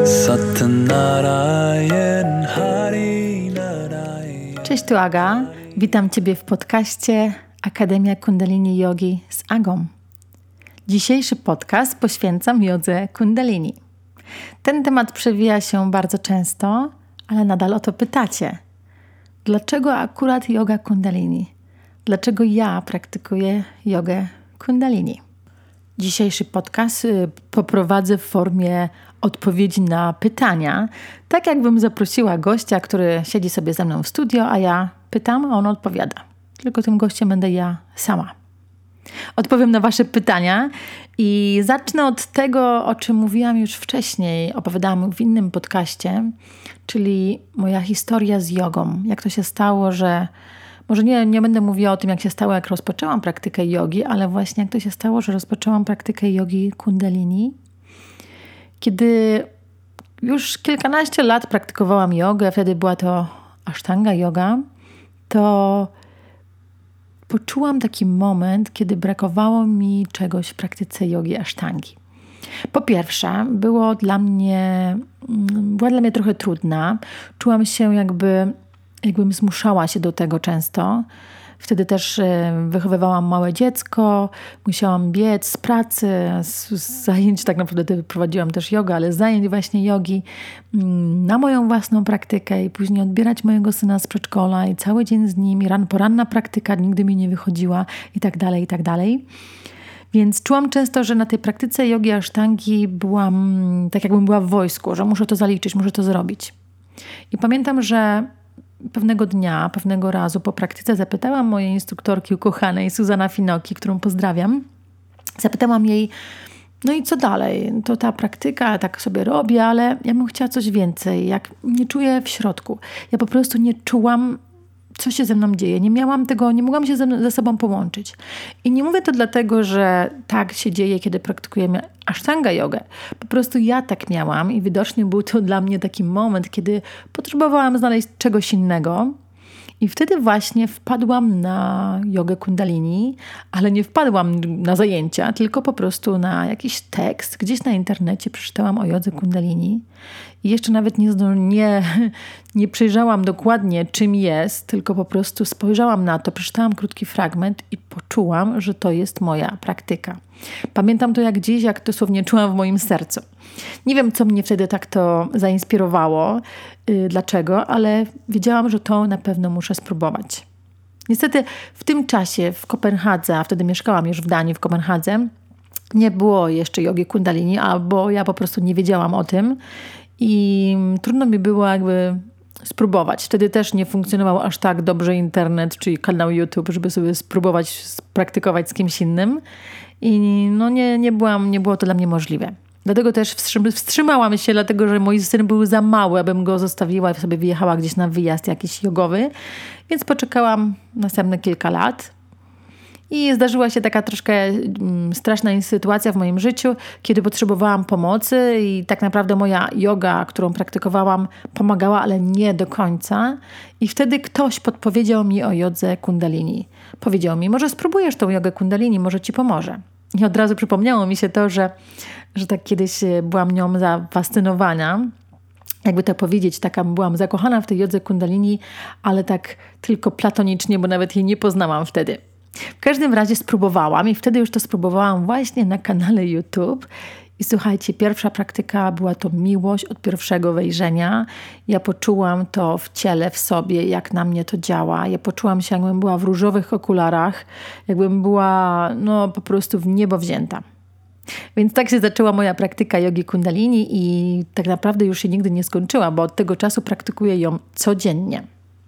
Satnarayan Hari Narayan. Cześć, tu Aga. Witam Ciebie w podcaście Akademia Kundalini Jogi z Agą. Dzisiejszy podcast poświęcam jodze Kundalini. Ten temat przewija się bardzo często, ale nadal o to pytacie. Dlaczego akurat joga Kundalini? Dlaczego ja praktykuję jogę Kundalini? Dzisiejszy podcast poprowadzę w formie odpowiedzi na pytania. Tak jakbym zaprosiła gościa, który siedzi sobie ze mną w studio, a ja pytam, a on odpowiada. Tylko tym gościem będę ja sama. Odpowiem na Wasze pytania i zacznę od tego, o czym mówiłam już wcześniej, opowiadałam w innym podcaście, czyli moja historia z jogą. Jak to się stało, że... Może nie będę mówiła o tym, jak się stało, jak rozpoczęłam praktykę jogi, ale właśnie jak to się stało, że rozpoczęłam praktykę jogi Kundalini. Kiedy już kilkanaście lat praktykowałam jogę, wtedy była to Ashtanga yoga, to poczułam taki moment, kiedy brakowało mi czegoś w praktyce jogi Ashtangi. Po pierwsze, była dla mnie trochę trudna. Czułam się jakbym zmuszała się do tego często. Wtedy też wychowywałam małe dziecko, musiałam biec z pracy, z zajęć, tak naprawdę prowadziłam też jogę, ale z zajęć właśnie jogi na moją własną praktykę i później odbierać mojego syna z przedszkola i cały dzień z nim i poranna praktyka nigdy mi nie wychodziła i tak dalej, i tak dalej. Więc czułam często, że na tej praktyce jogi Ashtangi byłam tak jakbym była w wojsku, że muszę to zaliczyć, muszę to zrobić. I pamiętam, że pewnego razu po praktyce zapytałam mojej instruktorki ukochanej Suzana Finoki, którą pozdrawiam. Zapytałam jej, no i co dalej? To ta praktyka, tak sobie robię, ale ja bym chciała coś więcej. Jak nie czuję w środku. Ja po prostu nie czułam, co się ze mną dzieje. Nie miałam tego, nie mogłam się ze sobą połączyć. I nie mówię to dlatego, że tak się dzieje, kiedy praktykujemy Ashtanga jogę. Po prostu ja tak miałam i widocznie był to dla mnie taki moment, kiedy potrzebowałam znaleźć czegoś innego. I wtedy właśnie wpadłam na jogę Kundalini, ale nie wpadłam na zajęcia, tylko po prostu na jakiś tekst. Gdzieś na internecie przeczytałam o jodze Kundalini i jeszcze nawet nie przejrzałam dokładnie, czym jest, tylko po prostu spojrzałam na to, przeczytałam krótki fragment i poczułam, że to jest moja praktyka. Pamiętam to jak dziś, jak dosłownie czułam w moim sercu. Nie wiem, co mnie wtedy tak to zainspirowało, dlaczego, ale wiedziałam, że to na pewno muszę spróbować. Niestety w tym czasie w Kopenhadze, a wtedy mieszkałam już w Danii, w Kopenhadze, nie było jeszcze jogi Kundalini, albo ja po prostu nie wiedziałam o tym i trudno mi było spróbować. Wtedy też nie funkcjonował aż tak dobrze internet, czyli kanał YouTube, żeby sobie spróbować praktykować z kimś innym. I nie było to dla mnie możliwe. Dlatego też wstrzymałam się, dlatego że mój syn był za mały, abym go zostawiła i sobie wyjechała gdzieś na wyjazd jakiś jogowy. Więc poczekałam następne kilka lat. I zdarzyła się taka troszkę straszna sytuacja w moim życiu, kiedy potrzebowałam pomocy i tak naprawdę moja joga, którą praktykowałam, pomagała, ale nie do końca. I wtedy ktoś podpowiedział mi o jodze Kundalini. Powiedział mi, może spróbujesz tą jogę Kundalini, może ci pomoże. I od razu przypomniało mi się to, że tak kiedyś byłam nią zafascynowana. Jakby to powiedzieć, byłam zakochana w tej jodze Kundalini, ale tak tylko platonicznie, bo nawet jej nie poznałam wtedy. W każdym razie spróbowałam i wtedy już to spróbowałam właśnie na kanale YouTube. I słuchajcie, pierwsza praktyka była to miłość od pierwszego wejrzenia. Ja poczułam to w ciele, w sobie, jak na mnie to działa. Ja poczułam się, jakbym była w różowych okularach, jakbym była po prostu w niebo wzięta. Więc tak się zaczęła moja praktyka jogi Kundalini i tak naprawdę już się nigdy nie skończyła, bo od tego czasu praktykuję ją codziennie.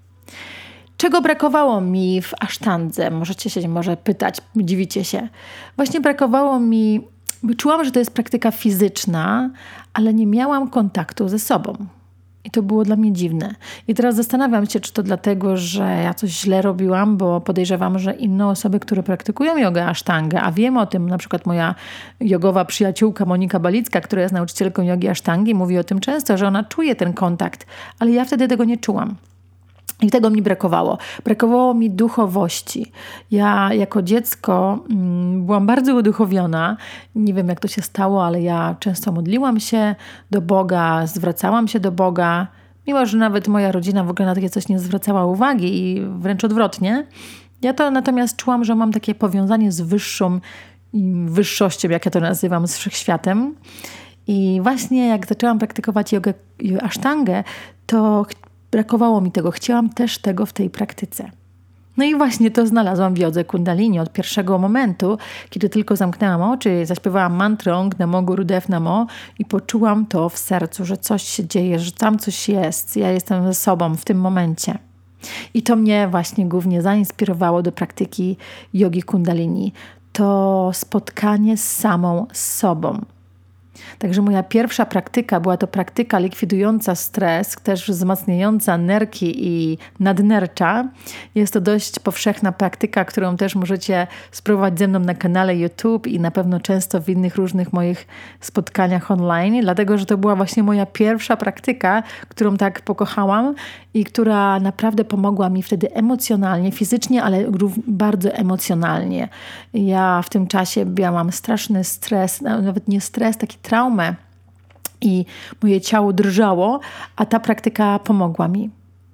Czego brakowało mi w Ashtandze? Możecie się może pytać, dziwicie się. Właśnie brakowało mi, czułam, że to jest praktyka fizyczna, ale nie miałam kontaktu ze sobą. I to było dla mnie dziwne. I teraz zastanawiam się, czy to dlatego, że ja coś źle robiłam, bo podejrzewam, że inne osoby, które praktykują jogę Ashtangę, a wiem o tym, na przykład moja jogowa przyjaciółka Monika Balicka, która jest nauczycielką jogi Ashtangi, mówi o tym często, że ona czuje ten kontakt, ale ja wtedy tego nie czułam. I tego mi brakowało. Brakowało mi duchowości. Ja jako dziecko byłam bardzo uduchowiona. Nie wiem, jak to się stało, ale ja często modliłam się do Boga, zwracałam się do Boga, mimo że nawet moja rodzina w ogóle na takie coś nie zwracała uwagi i wręcz odwrotnie. Ja to natomiast czułam, że mam takie powiązanie z wyższością, jak ja to nazywam, z wszechświatem. I właśnie jak zaczęłam praktykować jogę asztangę, to brakowało mi tego. Chciałam też tego w tej praktyce. No i właśnie to znalazłam w jodze kundalini od pierwszego momentu, kiedy tylko zamknęłam oczy, zaśpiewałam mantrę Ong Namo Gurudev Namo i poczułam to w sercu, że coś się dzieje, że tam coś jest. Ja jestem ze sobą w tym momencie. I to mnie właśnie głównie zainspirowało do praktyki jogi kundalini. To spotkanie z samą sobą. Także moja pierwsza praktyka była to praktyka likwidująca stres, też wzmacniająca nerki i nadnercza. Jest to dość powszechna praktyka, którą też możecie spróbować ze mną na kanale YouTube i na pewno często w innych różnych moich spotkaniach online, dlatego że to była właśnie moja pierwsza praktyka, którą tak pokochałam i która naprawdę pomogła mi wtedy emocjonalnie, fizycznie, ale bardzo emocjonalnie. Ja w tym czasie miałam straszny stres, nawet nie stres, taki traumę i moje ciało drżało, a ta praktyka pomogła mi.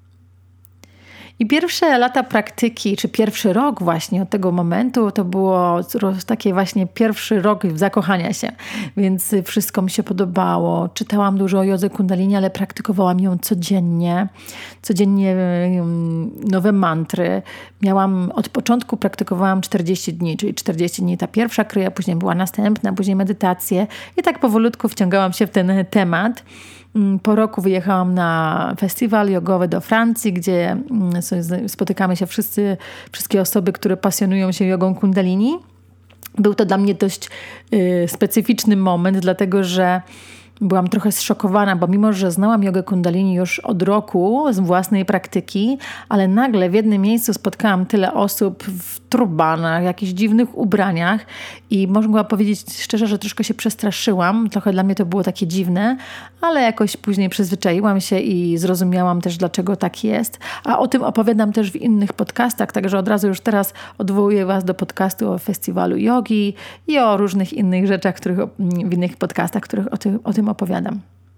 I pierwsze lata praktyki, czy pierwszy rok właśnie od tego momentu, to było taki właśnie pierwszy rok zakochania się. Więc wszystko mi się podobało. Czytałam dużo o jodze kundalini, ale praktykowałam ją codziennie. Codziennie nowe mantry. Od początku praktykowałam 40 dni, czyli 40 dni ta pierwsza kryja, później była następna, później medytacje. I tak powolutku wciągałam się w ten temat. Po roku wyjechałam na festiwal jogowy do Francji, gdzie spotykamy się wszystkie osoby, które pasjonują się jogą kundalini. Był to dla mnie dość specyficzny moment, dlatego że byłam trochę zszokowana, bo mimo, że znałam jogę kundalini już od roku z własnej praktyki, ale nagle w jednym miejscu spotkałam tyle osób w turbanach, jakichś dziwnych ubraniach i mogła powiedzieć szczerze, że troszkę się przestraszyłam. Trochę dla mnie to było takie dziwne, ale jakoś później przyzwyczaiłam się i zrozumiałam też, dlaczego tak jest. A o tym opowiadam też w innych podcastach, także od razu już teraz odwołuję Was do podcastu o festiwalu jogi i o różnych innych rzeczach, w innych podcastach, których o tym opowiadam.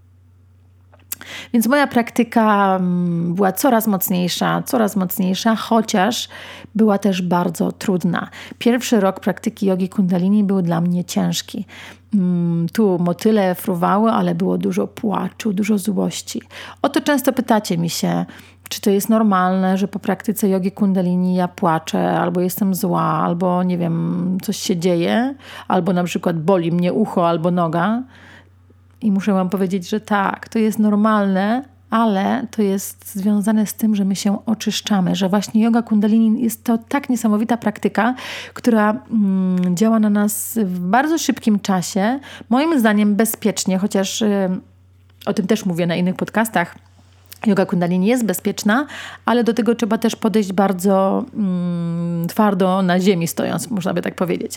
Więc moja praktyka była coraz mocniejsza, chociaż była też bardzo trudna. Pierwszy rok praktyki jogi kundalini był dla mnie ciężki. Tu motyle fruwały, ale było dużo płaczu, dużo złości. O to często pytacie mi się, czy to jest normalne, że po praktyce jogi kundalini ja płaczę, albo jestem zła, albo nie wiem, coś się dzieje, albo na przykład boli mnie ucho albo noga. I muszę Wam powiedzieć, że tak, to jest normalne, ale to jest związane z tym, że my się oczyszczamy, że właśnie joga kundalini jest to tak niesamowita praktyka, która działa na nas w bardzo szybkim czasie, moim zdaniem bezpiecznie, chociaż o tym też mówię na innych podcastach. Joga kundalini jest bezpieczna, ale do tego trzeba też podejść bardzo twardo na ziemi stojąc, można by tak powiedzieć.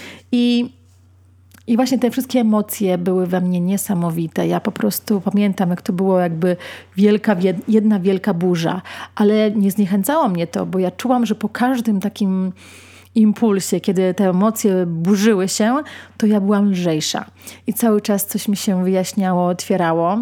I właśnie te wszystkie emocje były we mnie niesamowite. Ja po prostu pamiętam, jak to było jakby jedna wielka burza. Ale nie zniechęcało mnie to, bo ja czułam, że po każdym takim impulsie, kiedy te emocje burzyły się, to ja byłam lżejsza. I cały czas coś mi się wyjaśniało, otwierało.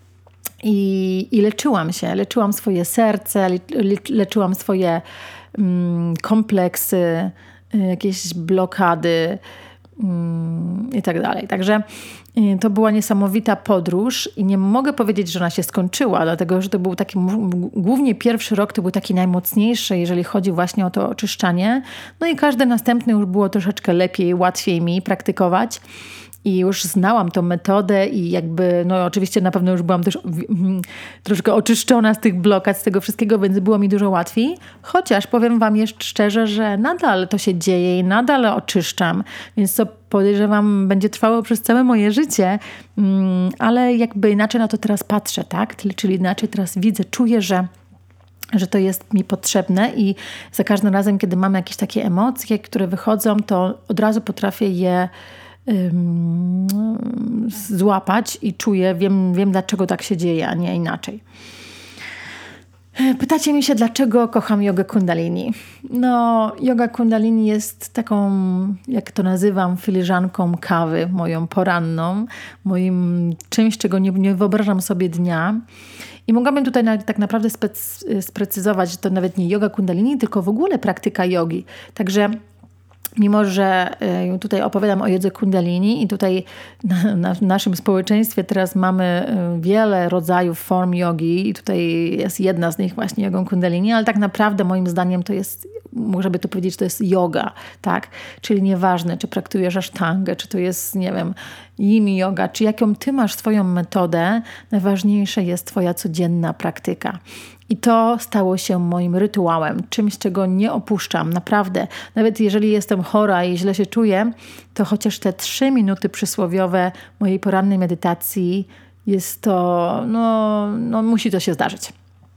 I leczyłam swoje serce, leczyłam swoje kompleksy, jakieś blokady, i tak dalej. Także to była niesamowita podróż i nie mogę powiedzieć, że ona się skończyła, dlatego że to był taki, głównie pierwszy rok to był taki najmocniejszy, jeżeli chodzi właśnie o to oczyszczanie. No i każdy następny już było troszeczkę lepiej, łatwiej mi praktykować. I już znałam tą metodę i jakby, no oczywiście na pewno już byłam też troszkę oczyszczona z tych blokad, z tego wszystkiego, więc było mi dużo łatwiej. Chociaż powiem Wam jeszcze szczerze, że nadal to się dzieje i nadal oczyszczam, więc to podejrzewam będzie trwało przez całe moje życie, ale jakby inaczej na to teraz patrzę, tak? Czyli inaczej teraz widzę, czuję, że to jest mi potrzebne i za każdym razem, kiedy mam jakieś takie emocje, które wychodzą, to od razu potrafię je złapać i czuję, wiem dlaczego tak się dzieje, a nie inaczej. Pytacie mi się, dlaczego kocham jogę kundalini. No, joga kundalini jest taką, jak to nazywam, filiżanką kawy, moją poranną, moim czymś, czego nie wyobrażam sobie dnia. I mogłabym tutaj tak naprawdę sprecyzować, że to nawet nie joga kundalini, tylko w ogóle praktyka jogi. Także mimo, że tutaj opowiadam o jodze kundalini i tutaj w naszym społeczeństwie teraz mamy wiele rodzajów form jogi i tutaj jest jedna z nich właśnie jogą kundalini, ale tak naprawdę moim zdaniem to jest, można by to powiedzieć, że to jest yoga, tak? Czyli nieważne, czy praktykujesz asztangę, czy to jest, nie wiem, yin yoga, czy jaką ty masz swoją metodę, najważniejsza jest twoja codzienna praktyka. I to stało się moim rytuałem, czymś, czego nie opuszczam, naprawdę. Nawet jeżeli jestem chora i źle się czuję, to chociaż te 3 minuty przysłowiowe mojej porannej medytacji jest to, musi to się zdarzyć.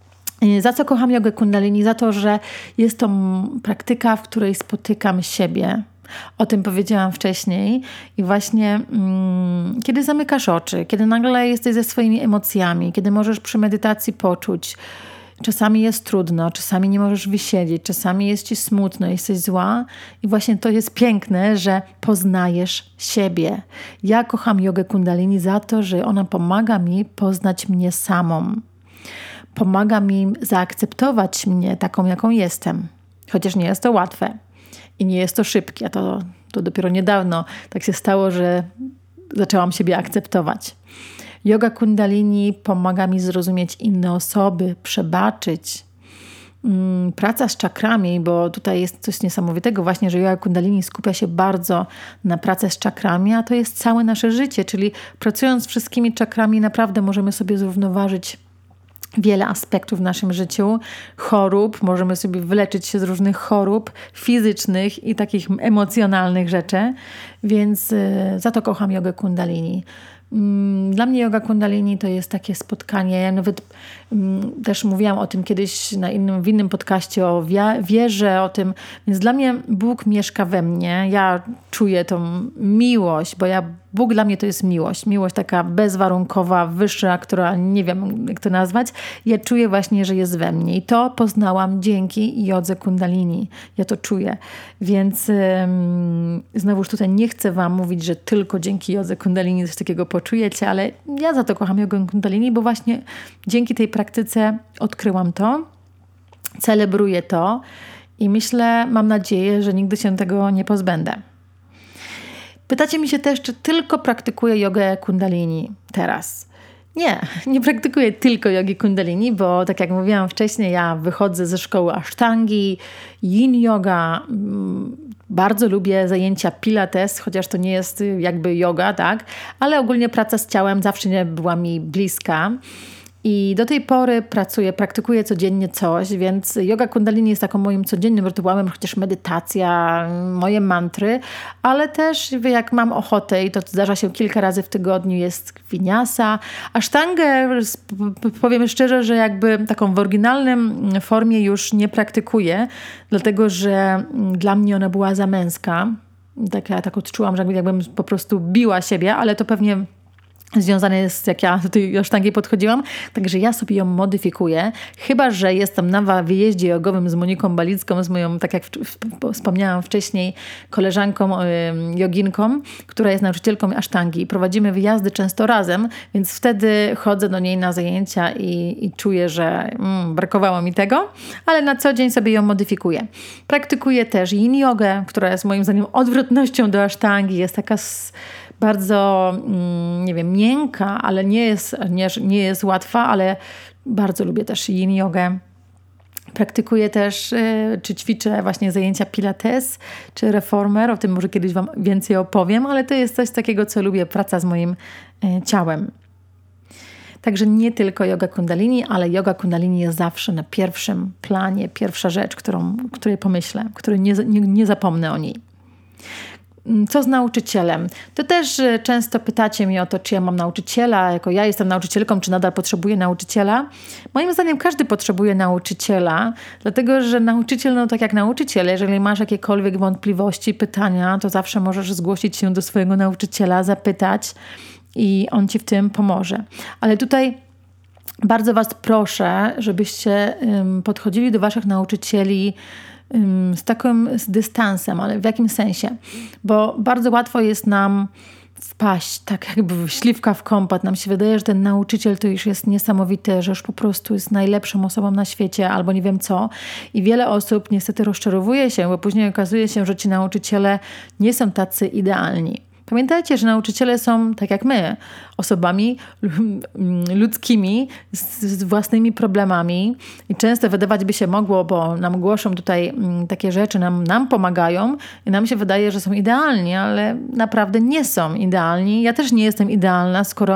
Za co kocham jogę kundalini? Za to, że jest to praktyka, w której spotykam siebie. O tym powiedziałam wcześniej i właśnie kiedy zamykasz oczy, kiedy nagle jesteś ze swoimi emocjami, kiedy możesz przy medytacji poczuć, czasami jest trudno, czasami nie możesz wysiedzieć, czasami jest ci smutno, jesteś zła i właśnie to jest piękne, że poznajesz siebie. Ja kocham jogę kundalini za to, że ona pomaga mi poznać mnie samą. Pomaga mi zaakceptować mnie taką, jaką jestem. Chociaż nie jest to łatwe i nie jest to szybkie. To dopiero niedawno tak się stało, że zaczęłam siebie akceptować. Joga kundalini pomaga mi zrozumieć inne osoby, przebaczyć. Praca z czakrami, bo tutaj jest coś niesamowitego właśnie, że joga kundalini skupia się bardzo na pracy z czakrami, a to jest całe nasze życie, czyli pracując z wszystkimi czakrami naprawdę możemy sobie zrównoważyć wiele aspektów w naszym życiu, chorób, możemy sobie wyleczyć się z różnych chorób fizycznych i takich emocjonalnych rzeczy, więc za to kocham jogę kundalini. Dla mnie joga kundalini to jest takie spotkanie, ja nawet też mówiłam o tym kiedyś w innym podcaście o wierze, o tym, więc dla mnie Bóg mieszka we mnie, ja czuję tą miłość, bo Bóg dla mnie to jest miłość taka bezwarunkowa, wyższa, która nie wiem jak to nazwać, ja czuję właśnie, że jest we mnie i to poznałam dzięki jodze kundalini, ja to czuję, więc znowuż tutaj nie chcę wam mówić, że tylko dzięki jodze kundalini coś takiego poczujecie, ale ja za to kocham jogę kundalini, bo właśnie dzięki tej praktyce odkryłam to, celebruję to i mam nadzieję, że nigdy się tego nie pozbędę. Pytacie mi się też, czy tylko praktykuję jogę kundalini teraz. Nie praktykuję tylko jogi kundalini, bo tak jak mówiłam wcześniej, ja wychodzę ze szkoły asztangi, yin yoga, bardzo lubię zajęcia pilates, chociaż to nie jest jakby yoga, tak? Ale ogólnie praca z ciałem zawsze nie była mi bliska. I do tej pory praktykuję codziennie coś, więc joga kundalini jest taką moim codziennym rytuałem, chociaż medytacja, moje mantry, ale też jak mam ochotę i to zdarza się kilka razy w tygodniu, jest vinyasa. Asztangę, powiem szczerze, że jakby taką w oryginalnym formie już nie praktykuję, dlatego że dla mnie ona była za męska. Tak odczułam, że jakbym po prostu biła siebie, ale to pewnie związane jest, jak ja do tej asztangi podchodziłam, także ja sobie ją modyfikuję, chyba że jestem na wyjeździe jogowym z Moniką Balicką, z moją, tak jak wspomniałam wcześniej, koleżanką joginką, która jest nauczycielką asztangi. Prowadzimy wyjazdy często razem, więc wtedy chodzę do niej na zajęcia i czuję, że brakowało mi tego, ale na co dzień sobie ją modyfikuję. Praktykuję też yin jogę, która jest moim zdaniem odwrotnością do asztangi, jest taka bardzo, miękka, ale nie jest łatwa, ale bardzo lubię też yin jogę. Praktykuję też, czy ćwiczę właśnie zajęcia pilates, czy reformer, o tym może kiedyś wam więcej opowiem, ale to jest coś takiego, co lubię, praca z moim ciałem. Także nie tylko joga kundalini, ale joga kundalini jest zawsze na pierwszym planie, pierwsza rzecz, której pomyślę, której nie zapomnę o niej. Co z nauczycielem? To też często pytacie mnie o to, czy ja mam nauczyciela, jako ja jestem nauczycielką, czy nadal potrzebuję nauczyciela. Moim zdaniem każdy potrzebuje nauczyciela, dlatego że nauczyciel, tak jak nauczyciel, jeżeli masz jakiekolwiek wątpliwości, pytania, to zawsze możesz zgłosić się do swojego nauczyciela, zapytać i on ci w tym pomoże. Ale tutaj bardzo Was proszę, żebyście podchodzili do Waszych nauczycieli z dystansem, ale w jakim sensie? Bo bardzo łatwo jest nam wpaść, tak jakby śliwka w kąpat. Nam się wydaje, że ten nauczyciel to już jest niesamowity, że już po prostu jest najlepszą osobą na świecie albo nie wiem co. I wiele osób niestety rozczarowuje się, bo później okazuje się, że ci nauczyciele nie są tacy idealni. Pamiętajcie, że nauczyciele są, tak jak my, osobami ludzkimi z własnymi problemami i często wydawać by się mogło, bo nam głoszą tutaj takie rzeczy, nam pomagają i nam się wydaje, że są idealni, ale naprawdę nie są idealni. Ja też nie jestem idealna, skoro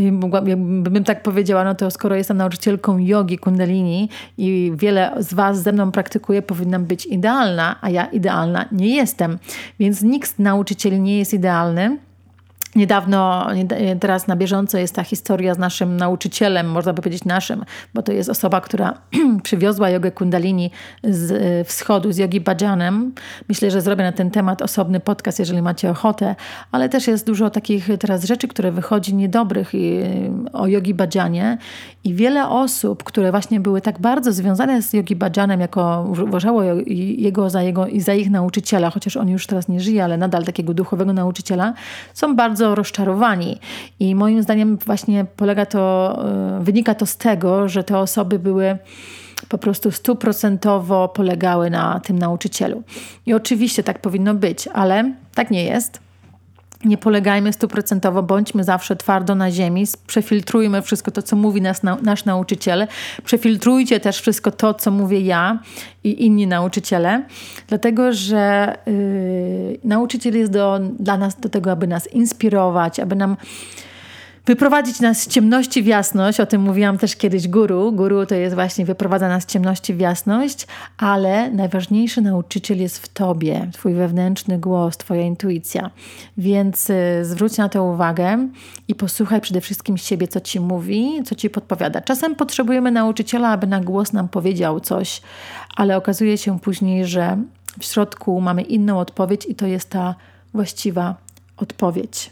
bym tak powiedziała, no to skoro jestem nauczycielką jogi kundalini i wiele z Was ze mną praktykuje, powinnam być idealna, a ja idealna nie jestem. Więc nikt z nauczycieli nie jest idealny. Niedawno, teraz na bieżąco jest ta historia z naszym nauczycielem, można by powiedzieć naszym, bo to jest osoba, która przywiozła jogę kundalini z wschodu, z Yogi Bhajanem. Myślę, że zrobię na ten temat osobny podcast, jeżeli macie ochotę, ale też jest dużo takich teraz rzeczy, które wychodzi niedobrych o Yogi Bhajanie i wiele osób, które właśnie były tak bardzo związane z Yogi Bhajanem, jako uważało jego za ich nauczyciela, chociaż on już teraz nie żyje, ale nadal takiego duchowego nauczyciela, są bardzo rozczarowani. I moim zdaniem właśnie wynika to z tego, że te osoby były po prostu 100% polegały na tym nauczycielu. I oczywiście tak powinno być, ale tak nie jest. Nie polegajmy 100%, bądźmy zawsze twardo na ziemi, przefiltrujmy wszystko to, co mówi nasz nauczyciel, przefiltrujcie też wszystko to, co mówię ja i inni nauczyciele, dlatego że nauczyciel jest dla nas do tego, aby nas inspirować, aby nam wyprowadzić nas z ciemności w jasność, o tym mówiłam też kiedyś guru. Guru to jest właśnie wyprowadza nas z ciemności w jasność, ale najważniejszy nauczyciel jest w tobie, twój wewnętrzny głos, twoja intuicja. Więc zwróć na to uwagę i posłuchaj przede wszystkim siebie, co ci mówi, co ci podpowiada. Czasem potrzebujemy nauczyciela, aby na głos nam powiedział coś, ale okazuje się później, że w środku mamy inną odpowiedź i to jest ta właściwa odpowiedź.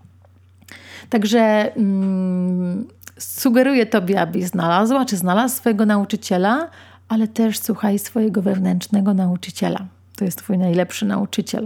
Także sugeruję tobie, abyś znalazła czy znalazł swojego nauczyciela, ale też słuchaj swojego wewnętrznego nauczyciela. To jest twój najlepszy nauczyciel.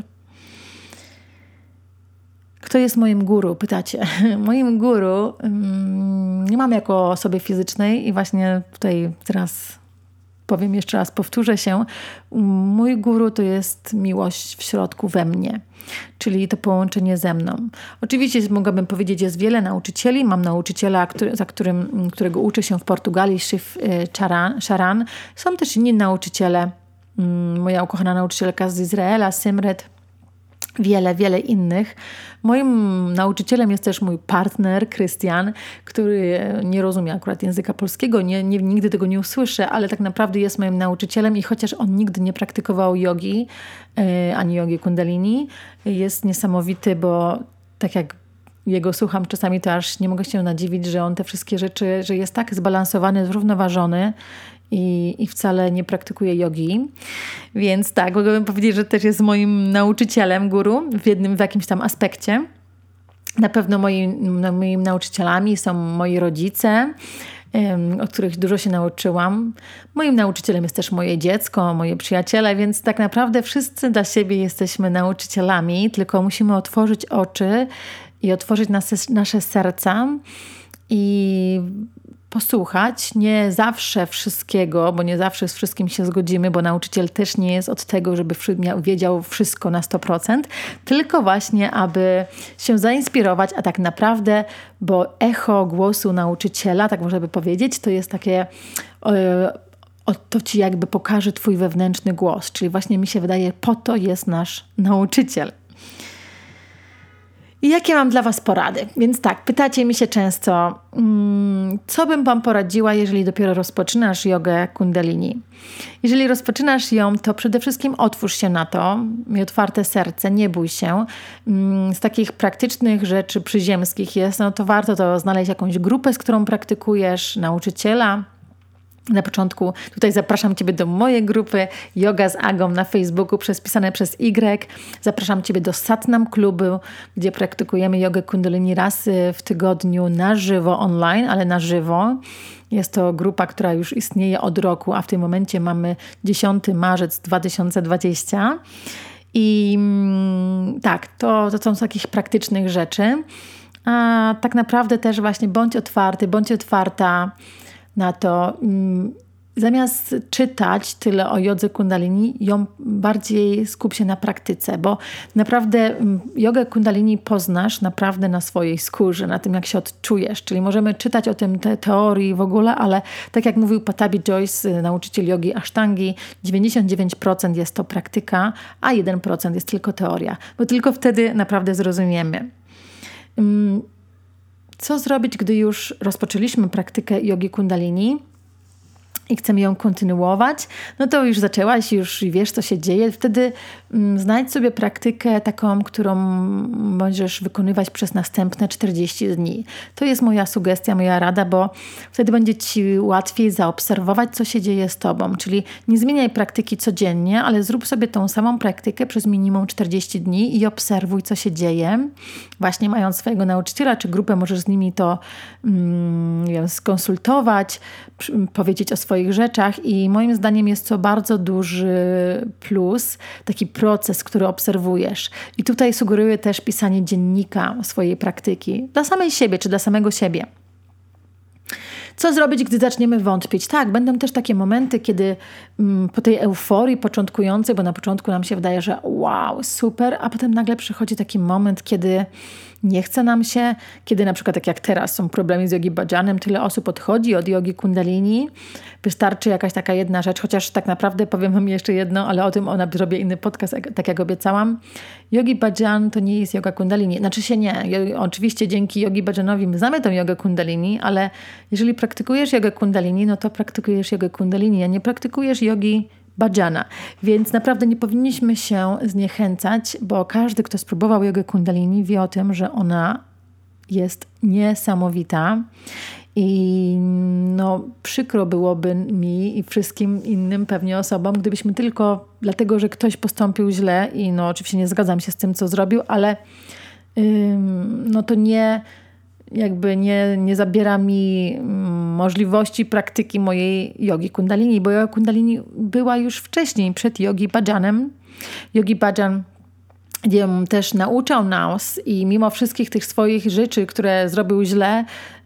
Kto jest moim guru? Pytacie. Moim guru nie mam jako osoby fizycznej i właśnie tutaj teraz powiem jeszcze raz, powtórzę się. Mój guru to jest miłość w środku we mnie, czyli to połączenie ze mną. Oczywiście mogłabym powiedzieć, jest wiele nauczycieli. Mam nauczyciela, którego uczę się w Portugalii, Shiv Charan. Są też inni nauczyciele. Moja ukochana nauczycielka z Izraela, Simret. Wiele innych. Moim nauczycielem jest też mój partner, Krystian, który nie rozumie akurat języka polskiego, nigdy tego nie usłyszę, ale tak naprawdę jest moim nauczycielem i chociaż on nigdy nie praktykował jogi, ani jogi kundalini, jest niesamowity, bo tak jak jego słucham czasami, to aż nie mogę się nadziwić, że on te wszystkie rzeczy, że jest tak zbalansowany, zrównoważony i wcale nie praktykuje jogi. Więc tak, mogłabym powiedzieć, że też jest moim nauczycielem, guru w jakimś tam aspekcie. Na pewno moimi nauczycielami są moi rodzice, od których dużo się nauczyłam. Moim nauczycielem jest też moje dziecko, moje przyjaciele, więc tak naprawdę wszyscy dla siebie jesteśmy nauczycielami, tylko musimy otworzyć oczy i otworzyć nasze serca i posłuchać, nie zawsze wszystkiego, bo nie zawsze z wszystkim się zgodzimy, bo nauczyciel też nie jest od tego, żeby wiedział wszystko na 100%, tylko właśnie, aby się zainspirować, a tak naprawdę, bo echo głosu nauczyciela, tak można by powiedzieć, to jest takie, to ci jakby pokaże twój wewnętrzny głos, czyli właśnie mi się wydaje, po to jest nasz nauczyciel. I jakie mam dla was porady? Więc tak, pytacie mi się często, co bym wam poradziła, jeżeli dopiero rozpoczynasz jogę kundalini? Jeżeli rozpoczynasz ją, to przede wszystkim otwórz się na to, miej otwarte serce, nie bój się. Z takich praktycznych rzeczy przyziemskich jest, no to warto to znaleźć jakąś grupę, z którą praktykujesz, nauczyciela, Na początku tutaj zapraszam Ciebie do mojej grupy Yoga z Agą na Facebooku pisane przez Y. Zapraszam Ciebie do Satnam Klubu, gdzie praktykujemy jogę kundalini raz w tygodniu na żywo, online, ale na żywo. Jest to grupa, która już istnieje od roku, a w tym momencie mamy 10 marzec 2020. I tak, to są z takich praktycznych rzeczy. A tak naprawdę też właśnie bądź otwarta na to, zamiast czytać tyle o jodze kundalini, ją bardziej skup się na praktyce, bo naprawdę jogę kundalini poznasz naprawdę na swojej skórze, na tym, jak się odczujesz. Czyli możemy czytać o tym te teorii w ogóle, ale tak jak mówił Patabi Joyce, nauczyciel jogi Ashtangi, 99% jest to praktyka, a 1% jest tylko teoria, bo tylko wtedy naprawdę zrozumiemy. Co zrobić, gdy już rozpoczęliśmy praktykę jogi kundalini i chcemy ją kontynuować? No to już zaczęłaś, już wiesz, co się dzieje. Wtedy znajdź sobie praktykę taką, którą możesz wykonywać przez następne 40 dni. To jest moja sugestia, moja rada, bo wtedy będzie Ci łatwiej zaobserwować, co się dzieje z Tobą. Czyli nie zmieniaj praktyki codziennie, ale zrób sobie tą samą praktykę przez minimum 40 dni i obserwuj, co się dzieje. Właśnie mając swojego nauczyciela czy grupę, możesz z nimi to skonsultować, powiedzieć o swoich rzeczach i moim zdaniem jest to bardzo duży plus, taki proces, który obserwujesz. I tutaj sugeruję też pisanie dziennika swojej praktyki dla samej siebie czy dla samego siebie. Co zrobić, gdy zaczniemy wątpić? Tak, będą też takie momenty, kiedy po tej euforii początkującej, bo na początku nam się wydaje, że wow, super, a potem nagle przychodzi taki moment, kiedy nie chce nam się, kiedy na przykład tak jak teraz są problemy z jogi bhajanem, tyle osób odchodzi od jogi kundalini, wystarczy jakaś taka jedna rzecz, chociaż tak naprawdę powiem Wam jeszcze jedno, ale o tym zrobię inny podcast, tak jak obiecałam. Jogi bhajan to nie jest joga kundalini, znaczy się nie, oczywiście dzięki jogi bhajanowi my znamy tą jogę kundalini, ale jeżeli praktykujesz jogę kundalini, no to praktykujesz jogę kundalini, a nie praktykujesz jogi bhajana. Więc naprawdę nie powinniśmy się zniechęcać, bo każdy, kto spróbował jogę kundalini, wie o tym, że ona jest niesamowita i przykro byłoby mi i wszystkim innym pewnie osobom, gdybyśmy tylko dlatego, że ktoś postąpił źle i oczywiście nie zgadzam się z tym, co zrobił, ale to nie zabiera mi możliwości praktyki mojej jogi kundalini, bo joga kundalini była już wcześniej, przed jogi bhajanem. Jogi bhajan też nauczał nas i mimo wszystkich tych swoich rzeczy, które zrobił źle,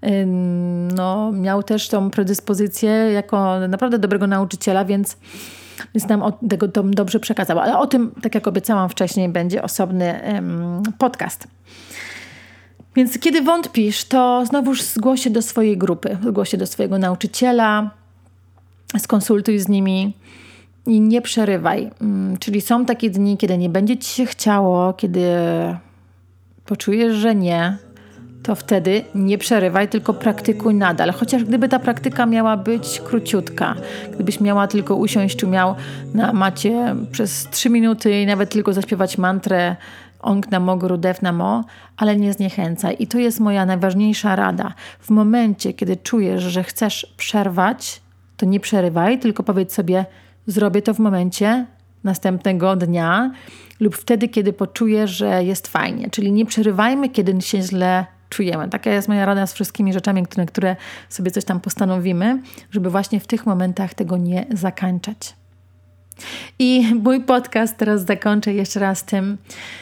miał też tą predyspozycję jako naprawdę dobrego nauczyciela, więc nam tego dobrze przekazał. Ale o tym, tak jak obiecałam wcześniej, będzie osobny podcast. Więc kiedy wątpisz, to znowuż zgłoś się do swojej grupy, zgłoś się do swojego nauczyciela, skonsultuj z nimi i nie przerywaj. Czyli są takie dni, kiedy nie będzie Ci się chciało, kiedy poczujesz, że nie, to wtedy nie przerywaj, tylko praktykuj nadal. Chociaż gdyby ta praktyka miała być króciutka, gdybyś miała tylko usiąść, czy miał na macie przez 3 minuty i nawet tylko zaśpiewać mantrę Ong Namo Gurudev Namo, ale nie zniechęcaj. I to jest moja najważniejsza rada. W momencie, kiedy czujesz, że chcesz przerwać, to nie przerywaj, tylko powiedz sobie, zrobię to w momencie następnego dnia lub wtedy, kiedy poczujesz, że jest fajnie. Czyli nie przerywajmy, kiedy się źle czujemy. Taka jest moja rada z wszystkimi rzeczami, które sobie coś tam postanowimy, żeby właśnie w tych momentach tego nie zakańczać. I mój podcast teraz zakończę jeszcze raz tym,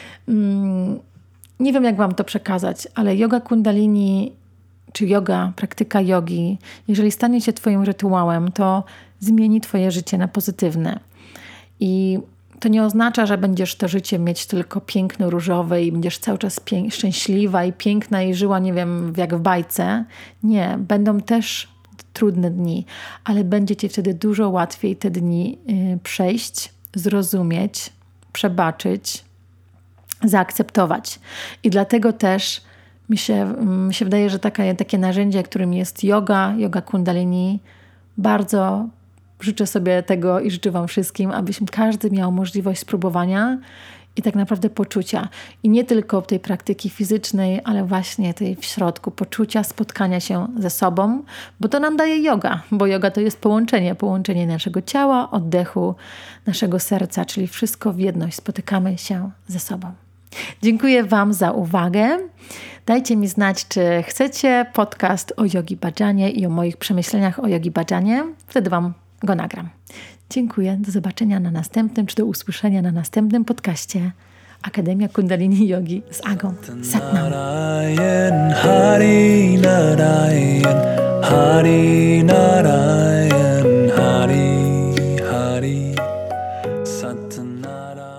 nie wiem, jak Wam to przekazać, ale joga kundalini, czy praktyka jogi, jeżeli stanie się Twoim rytuałem, to zmieni Twoje życie na pozytywne. I to nie oznacza, że będziesz to życie mieć tylko piękne, różowe i będziesz cały czas szczęśliwa i piękna i żyła, nie wiem, jak w bajce. Nie, będą też trudne dni, ale będzie Ci wtedy dużo łatwiej te dni przejść, zrozumieć, przebaczyć, zaakceptować. I dlatego też mi się wydaje, że takie narzędzie, którym jest joga kundalini, bardzo życzę sobie tego i życzę Wam wszystkim, abyśmy każdy miał możliwość spróbowania i tak naprawdę poczucia. I nie tylko tej praktyki fizycznej, ale właśnie tej w środku poczucia, spotkania się ze sobą, bo to nam daje yoga, bo yoga to jest połączenie naszego ciała, oddechu, naszego serca, czyli wszystko w jedność. Spotykamy się ze sobą. Dziękuję Wam za uwagę. Dajcie mi znać, czy chcecie podcast o Yogi Bhajanie i o moich przemyśleniach o Yogi Bhajanie. Wtedy Wam go nagram. Dziękuję. Do zobaczenia na następnym, czy do usłyszenia na następnym podcaście Akademia Kundalini Yogi z Agą. Sat Nam. Hari Narayan, Hari Narayan, Hari Hari Sat Narayan.